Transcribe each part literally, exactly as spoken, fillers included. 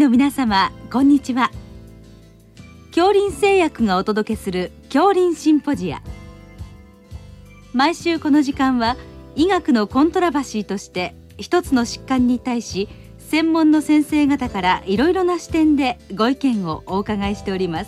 の皆様、こんにちは。杏林製薬がお届けする杏林シンポジア。毎週この時間は医学のコントラバシーとして一つの疾患に対し専門の先生方からいろいろな視点でご意見をお伺いしております。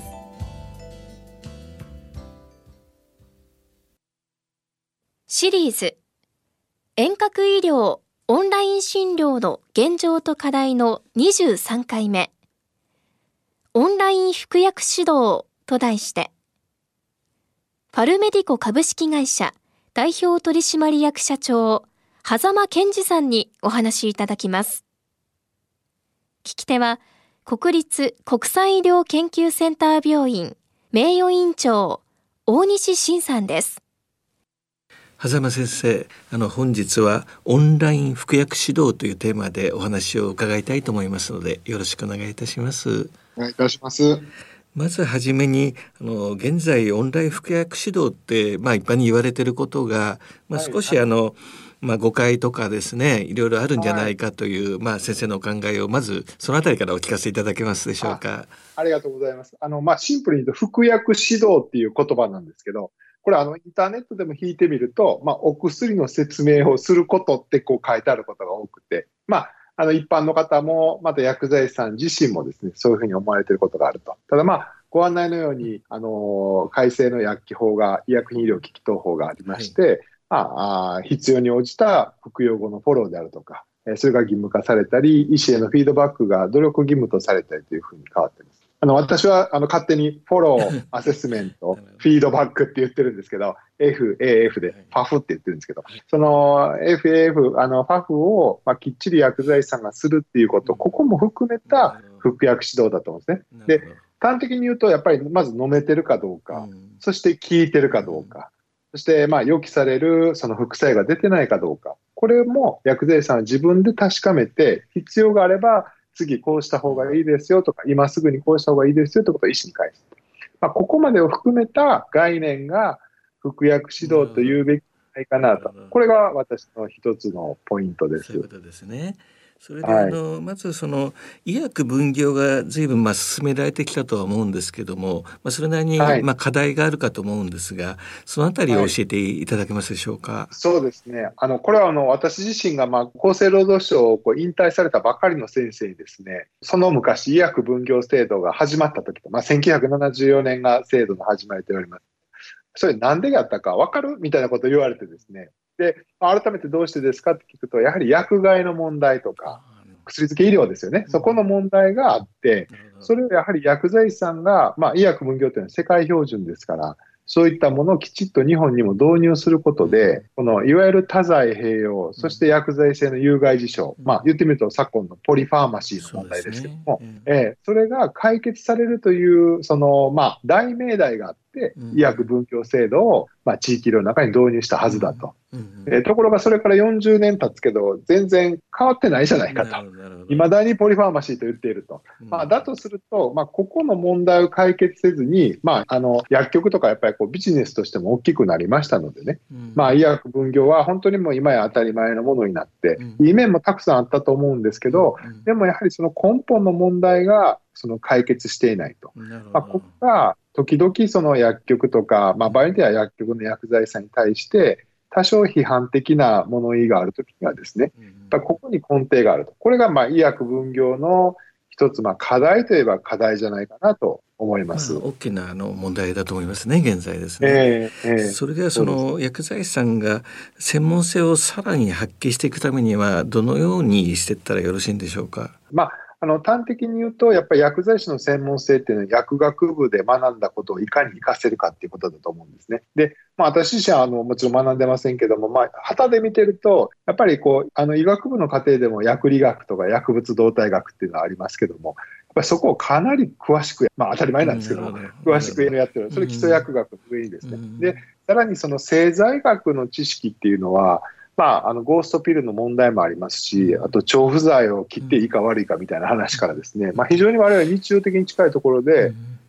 シリーズ遠隔医療オンライン診療の現状と課題のにじゅうさんかいめ、オンライン服薬指導と題して、ファルメディコ株式会社代表取締役社長狭間健二さんにお話しいただきます。聞き手は国立国際医療研究センター病院名誉院長大西晋さんです。 狭間先生、あの本日はオンライン服薬指導というテーマでお話を伺いたいと思いますので、よろしくお願いいたします。 お願いいたします。 まずはじめに、あの現在オンライン服薬指導って、まあ、一般に言われていることが、まあ、少し、はい、あのまあ、誤解とかですね、いろいろあるんじゃないかという、はい、まあ、先生のお考えをまずそのあたりからお聞かせいただけますでしょうか。 あ、ありがとうございます。あの、まあ、シンプルに言うと服薬指導っていう言葉なんですけど、これあのインターネットでも引いてみると、まあ、お薬の説明をすることってこう書いてあることが多くて、まあ、あの一般の方もまた薬剤師さん自身もですね、そういうふうに思われていることがあると。ただまあご案内のように、あの改正の薬機法が医薬品医療機器等法がありまして、はい、まあ、あ必要に応じた服用後のフォローであるとか、それが義務化されたり、医師へのフィードバックが努力義務とされたりというふうに変わっています。あの私はあの勝手にフォロー、アセスメント、フィードバックって言ってるんですけど、エフエーエフ でファフって言ってるんですけど、その エフエーエフ、あのファフを、まあ、きっちり薬剤師さんがするっていうこと、ここも含めた服薬指導だと思うんですね。で、端的に言うと、やっぱりまず飲めてるかどうか、そして効いてるかどうか、そしてまあ予期されるその副作用が出てないかどうか、これも薬剤師さんは自分で確かめて、必要があれば次こうした方がいいですよとか、今すぐにこうした方がいいですよということを医師に返す。まあ、ここまでを含めた概念が服薬指導というべきないかなと。これが私の一つのポイントです。 そういうことですね。それで、はい、あのまずその医薬分業が随分まあ進められてきたとは思うんですけども、まあ、それなりにまあ課題があるかと思うんですが、はい、そのあたりを教えていただけますでしょうか。はい、 そうですね。あのこれはあの私自身がまあ厚生労働省をこう引退されたばかりの先生にですね、その昔医薬分業制度が始まった時と、まあ、せんきゅうひゃくななじゅうよねんが制度の始まりと言われます。それなんでやったか分かるみたいなことを言われてですね、で改めてどうしてですかって聞くと、やはり薬害の問題とか薬漬け医療ですよね、そこの問題があって、それをやはり薬剤師さんが、まあ、医薬分業というのは世界標準ですから、そういったものをきちっと日本にも導入することで、このいわゆる多剤併用、そして薬剤性の有害事象、まあ、言ってみると昨今のポリファーマシーの問題ですけども、そ, ね、えー、それが解決されるというその、まあ、大命題があって、医薬分業制度を、まあ、地域医療の中に導入したはずだと。えー、ところがそれからよんじゅうねん経つけど全然変わってないじゃないかと、いまだにポリファーマシーと言っていると、まあ、だとすると、まあ、ここの問題を解決せずに、まあ、あの薬局とかやっぱりこうビジネスとしても大きくなりましたのでね、まあ、医薬分業は本当にもう今や当たり前のものになって、いい面もたくさんあったと思うんですけど、でもやはりその根本の問題がその解決していないと、まあ、ここが時々その薬局とか、まあ、場合によっては薬局の薬剤師さんに対して多少批判的な物言いがあるときにはですね、やっぱここに根底があると。これがまあ医薬分業の一つまあ課題といえば課題じゃないかなと思います。 まあ、大きなあの問題だと思いますね、現在ですね。 えーえー、 それではその薬剤師さんが専門性をさらに発揮していくためにはどのようにしていったらよろしいんでしょうか。 まああの端的に言うと、やっぱり薬剤師の専門性っていうのは薬学部で学んだことをいかに活かせるかっていうことだと思うんですね。で、まあ、私自身はあのもちろん学んでませんけども、まあ、旗で見てるとやっぱりこうあの医学部の課程でも薬理学とか薬物動態学っていうのはありますけども、やっぱりそこをかなり詳しく、まあ、当たり前なんですけども、詳しくやってる、それ基礎薬学の上にですね、でさらにその製剤学の知識っていうのは、まあ、あのゴーストピルの問題もありますし、あと調布剤を切っていいか悪いかみたいな話からですね、まあ、非常に我々日常的に近いところで、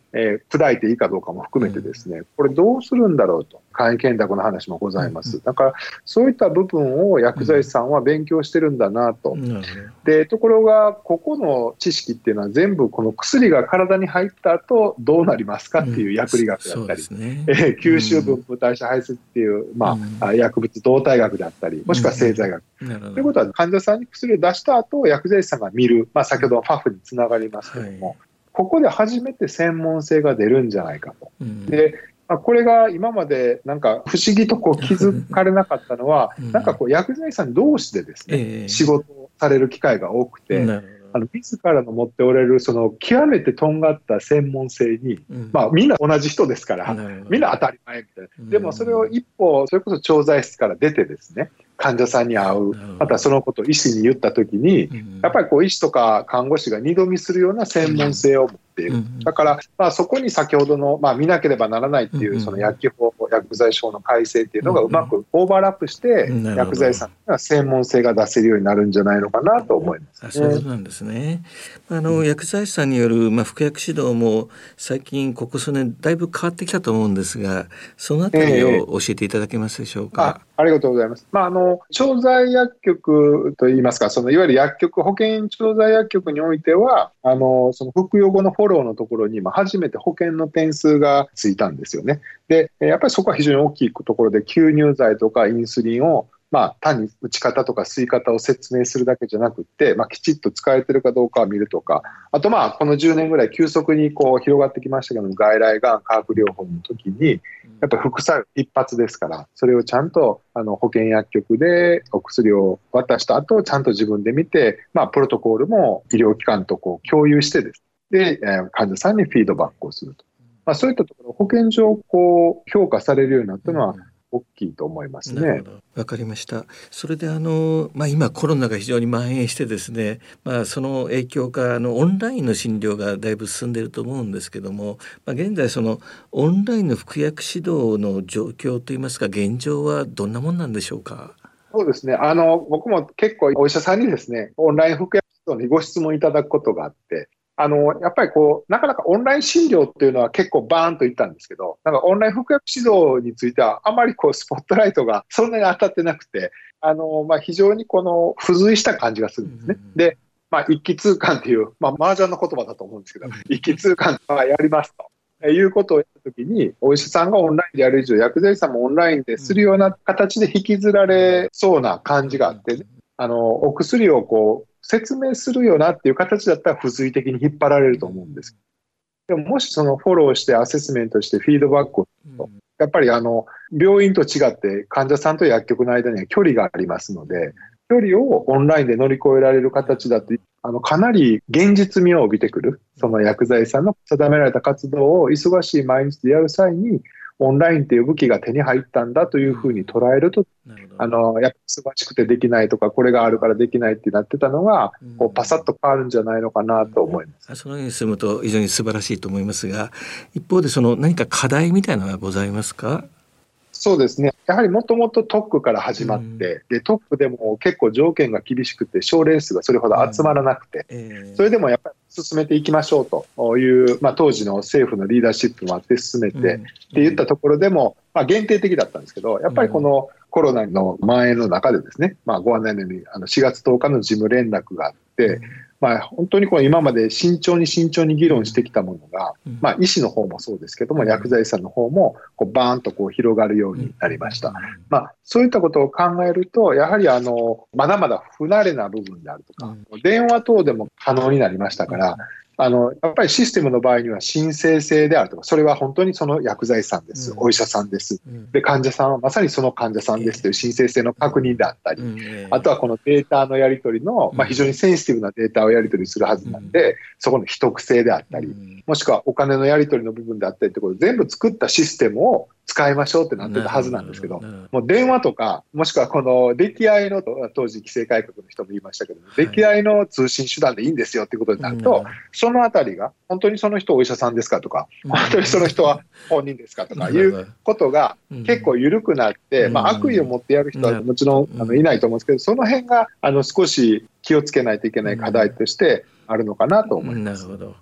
えー、砕いていいかどうかも含めてですね、これどうするんだろうと、簡易建託の話もございます。だからそういった部分を薬剤師さんは勉強してるんだなと。でところがここの知識っていうのは全部この薬が体に入った後どうなりますかっていう薬理学だったり、うんねえー、吸収分布代謝排出っていう、まあ、薬物動態学であったり、もしくは製剤学、ということは患者さんに薬を出した後薬剤師さんが見る、まあ、先ほどの ファフ につながりますけども、はい、ここで初めて専門性が出るんじゃないかと。うん、でまあ、これが今までなんか不思議とこう気づかれなかったのは、うん、なんかこう薬剤師さん同士でですね、えー、仕事をされる機会が多くて、あの自らの持っておられるその極めてとんがった専門性に、うん、まあみんな同じ人ですから、みんな当たり前みたいな、うん、でもそれを一歩それこそ調剤室から出てですね、患者さんに会う、またそのことを医師に言ったときに、うん、やっぱりこう医師とか看護師が二度見するような専門性を持っている、うん、だから、まあ、そこに先ほどの、まあ、見なければならないっていうその薬機法、薬剤師法の改正っていうのがうまくオーバーラップして、うん、薬剤師さんが専門性が出せるようになるんじゃないのかなと思います、ね、 そういうことなんですね。あの薬剤師さんによる、まあ、服薬指導も最近ここ数年だいぶ変わってきたと思うんですが、そのあたりを教えていただけますでしょうか。 えー、あ, ありがとうございます。まあ、あの調剤薬局といいますか、そのいわゆる薬局、保険調剤薬局においては、あのその服用後のフォローのところに、まあ、初めて保険の点数がついたんですよね。で、やっぱりそこは非常に大きいところで、吸入剤とかインスリンをまあ、単に打ち方とか吸い方を説明するだけじゃなくて、まあ、きちっと使えてるかどうかを見るとか、あとまあこのじゅうねんぐらい急速にこう広がってきましたけども、外来がん化学療法の時にやっぱり副作用一発ですから、それをちゃんとあの保険薬局でお薬を渡した後ちゃんと自分で見て、まあ、プロトコールも医療機関とこう共有してですね、で患者さんにフィードバックをすると、まあ、そういったところ保健上こう評価されるようになったのは大きいと思いますね。なるほど、 わかりました。それであの、まあ、今コロナが非常に蔓延してですね、まあ、その影響かあのオンラインの診療がだいぶ進んでいると思うんですけども、まあ、現在そのオンラインの服薬指導の状況といいますか、現状はどんなもんなんでしょうか。 そうですね、あの僕も結構お医者さんにですね、オンライン服薬指導にご質問いただくことがあって、あのやっぱりこうなかなかオンライン診療っていうのは結構バーンといったんですけど、なんかオンライン服薬指導についてはあまりこうスポットライトがそんなに当たってなくて、あの、まあ、非常にこの付随した感じがするんですね。うんうん、で、まあ、一気通貫っていう、まあ、麻雀の言葉だと思うんですけど、一気通貫はやりますということをやったときに、お医者さんがオンラインでやる以上、薬剤師さんもオンラインでするような形で引きずられそうな感じがあって、ね、あのお薬をこう説明するよなっていう形だったら付随的に引っ張られると思うんです。でももしそのフォローしてアセスメントしてフィードバックをすると、やっぱりあの病院と違って患者さんと薬局の間には距離がありますので、距離をオンラインで乗り越えられる形だとあのかなり現実味を帯びてくる、その薬剤師さんの定められた活動を忙しい毎日でやる際にオンラインという武器が手に入ったんだというふうに捉えると、あのやっぱ忙しくてできないとかこれがあるからできないってなってたのがこうパサッと変わるんじゃないのかなと思います。 そのように進むと非常に素晴らしいと思いますが、一方でその何か課題みたいなのはございますか。 そうですね、やはりもともと特区から始まって、うん、で特区でも結構条件が厳しくて症例数がそれほど集まらなくて、うんえー、それでもやっぱり進めていきましょうという、まあ、当時の政府のリーダーシップもあって進めて、うん、って言ったところでも、まあ、限定的だったんですけど、やっぱりこのコロナの蔓延の中でですね、まあ、ご案内のようにあのしがつとおかの事務連絡があって、うんまあ、本当にこの今まで慎重に慎重に議論してきたものが、うんまあ、医師の方もそうですけども、うん、薬剤師さんの方もこうバーンとこう広がるようになりました、うんまあ、そういったことを考えるとやはりあのまだまだ不慣れな部分であるとか、うん、電話等でも可能になりましたから、うんあのやっぱりシステムの場合には申請制であるとか、それは本当にその薬剤師さんです、うん、お医者さんです、うん、で患者さんはまさにその患者さんですという申請制の確認であったり、うん、あとはこのデータのやり取りの、まあ、非常にセンシティブなデータをやり取りするはずなんで、うん、そこの秘匿性であったり、うん、もしくはお金のやり取りの部分であったりということで全部作ったシステムを使いましょうってなってたはずなんですけど、もう電話とかもしくはこの歴代の当時規制改革の人も言いましたけど、はい、歴代の通信手段でいいんですよっていうことになると、そのあたりが本当にその人お医者さんですかとか、本当にその人は本人ですかとかいうことが結構緩くなって、まあ、悪意を持ってやる人はもちろんあのいないと思うんですけど、その辺があの少し気をつけないといけない課題としてあるのかなと思います。 なるほど。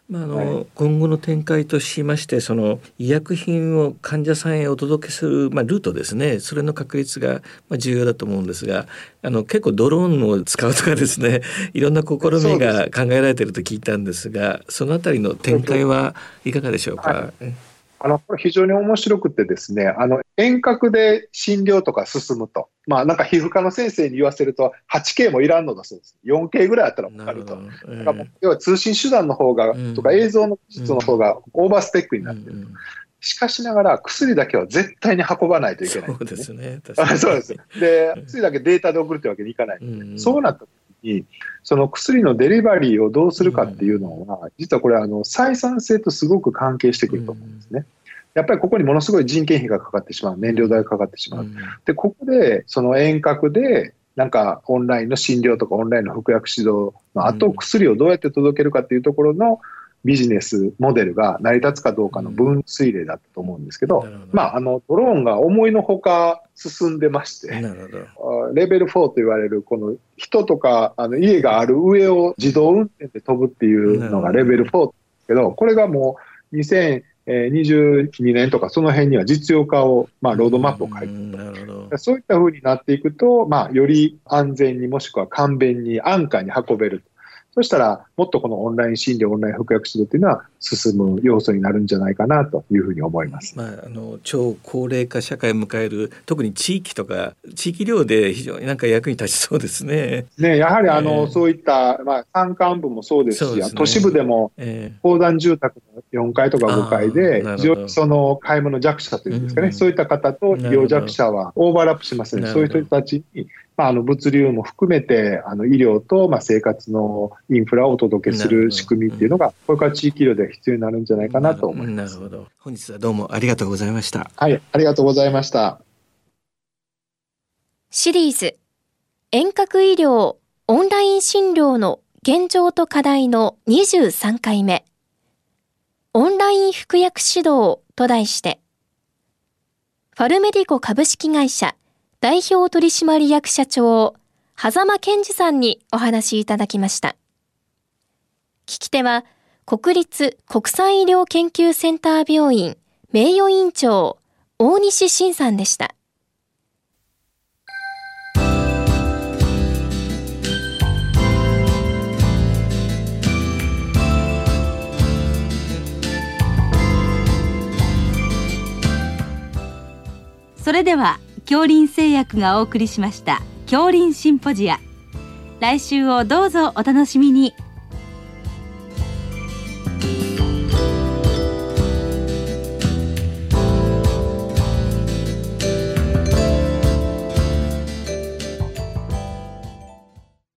まああのはい、 今後の展開としましてその医薬品を患者さんへお届けする、まあ、ルートですね、それの確立がまあ重要だと思うんですが、あの結構ドローンを使うとかですねいろんな試みが考えられていると聞いたんですが、そのあたりの展開はいかがでしょうか。 はい、あのこれ非常に面白くてですね、あの遠隔で診療とか進むと、まあ、なんか皮膚科の先生に言わせると はちケー もいらんのだそうです。よんケー ぐらいあったら分かると。 えー、 だから要は通信手段の方が、うん、とか映像の技術の方がオーバースペックになっていると、うんうん、しかしながら薬だけは絶対に運ばないといけない、ね、 そうですね。 そうです。で、薬だけデータで送るってわけにいかない、うんうん、そうなった時にその薬のデリバリーをどうするかっていうのは、うん、実はこれあの採算性とすごく関係してくると思うんですね。うん、やっぱりここにものすごい人件費がかかってしまう、燃料代がかかってしまう、うん、でここでその遠隔でなんかオンラインの診療とかオンラインの服薬指導の後、うん、薬をどうやって届けるかっていうところのビジネスモデルが成り立つかどうかの分水嶺だったと思うんですけど、うん、まあ、あのドローンが思いのほか進んでまして、なるほど、レベルフォーと言われるこの人とかあの家がある上を自動運転で飛ぶっていうのがレベルフォーですけど、これがもうにせんにじゅうにねんとかその辺には実用化を、まあ、ロードマップを書いている。そういった風になっていくと、まあ、より安全にもしくは簡便に安価に運べる。そしたらもっとこのオンライン診療オンライン服薬指導というのは進む要素になるんじゃないかなというふうに思います。 まあ、あの超高齢化社会を迎える特に地域とか地域医療で非常になんか役に立ちそうですね。 ね、やはりあの、えー、そういった、まあ、山間部もそうですし、ですね、都市部でも公団住宅のよんかいとかごかいで非常にその買い物弱者というんですかね、うん、そういった方と医療弱者はオーバーラップしますね。そういう人たちにまあ、あの物流も含めてあの医療とまあ生活のインフラをお届けする仕組みっていうのが、これから地域医療で必要になるんじゃないかなと思います。 なるほど。本日はどうもありがとうございました。 はい、ありがとうございました。 シリーズ遠隔医療オンライン診療の現状と課題のにじゅうさんかいめ、オンライン服薬指導と題して、ファルメディコ株式会社代表取締役社長、狭間健二さんにお話しいただきました。聞き手は、国立国際医療研究センター病院名誉院長、大西晋さんでした。 それでは、杏林製薬がお送りしました杏林シンポジア。来週をどうぞお楽しみに。